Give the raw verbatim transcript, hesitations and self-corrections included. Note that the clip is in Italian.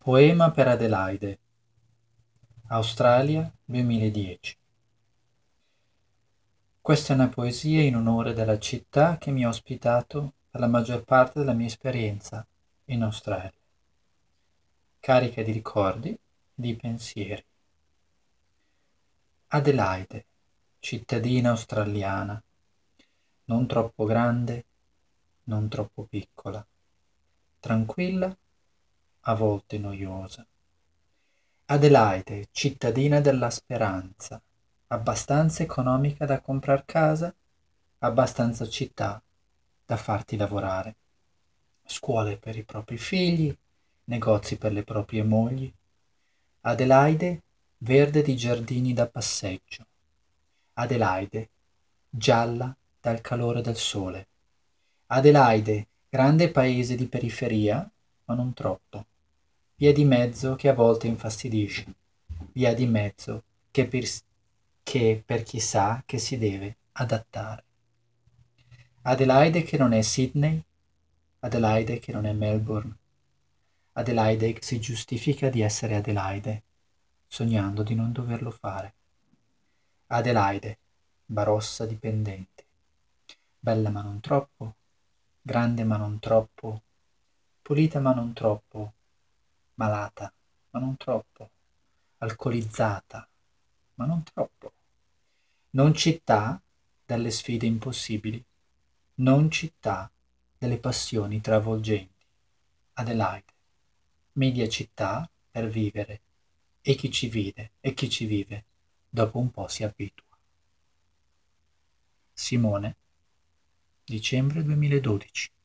Poema per Adelaide, Australia duemiladieci. Questa è una poesia in onore della città che mi ha ospitato per la maggior parte della mia esperienza in Australia, carica di ricordi, di pensieri. Adelaide, cittadina australiana, non troppo grande, non troppo piccola, tranquilla, a volte noiosa. Adelaide, cittadina della speranza, abbastanza economica da comprar casa, abbastanza città da farti lavorare. Scuole per i propri figli, negozi per le proprie mogli. Adelaide, verde di giardini da passeggio. Adelaide, gialla dal calore del sole. Adelaide, grande paese di periferia, ma non troppo. Via di mezzo che a volte infastidisce. Via di mezzo che per, che per chi sa che si deve adattare. Adelaide che non è Sydney, Adelaide che non è Melbourne, Adelaide che si giustifica di essere Adelaide, sognando di non doverlo fare. Adelaide, Barossa dipendente, bella ma non troppo, grande ma non troppo, pulita ma non troppo, malata ma non troppo, alcolizzata ma non troppo. Non città dalle sfide impossibili, non città delle passioni travolgenti. Adelaide, media città per vivere, e chi ci vive e chi ci vive dopo un po' si abitua. Simone, dicembre duemiladodici.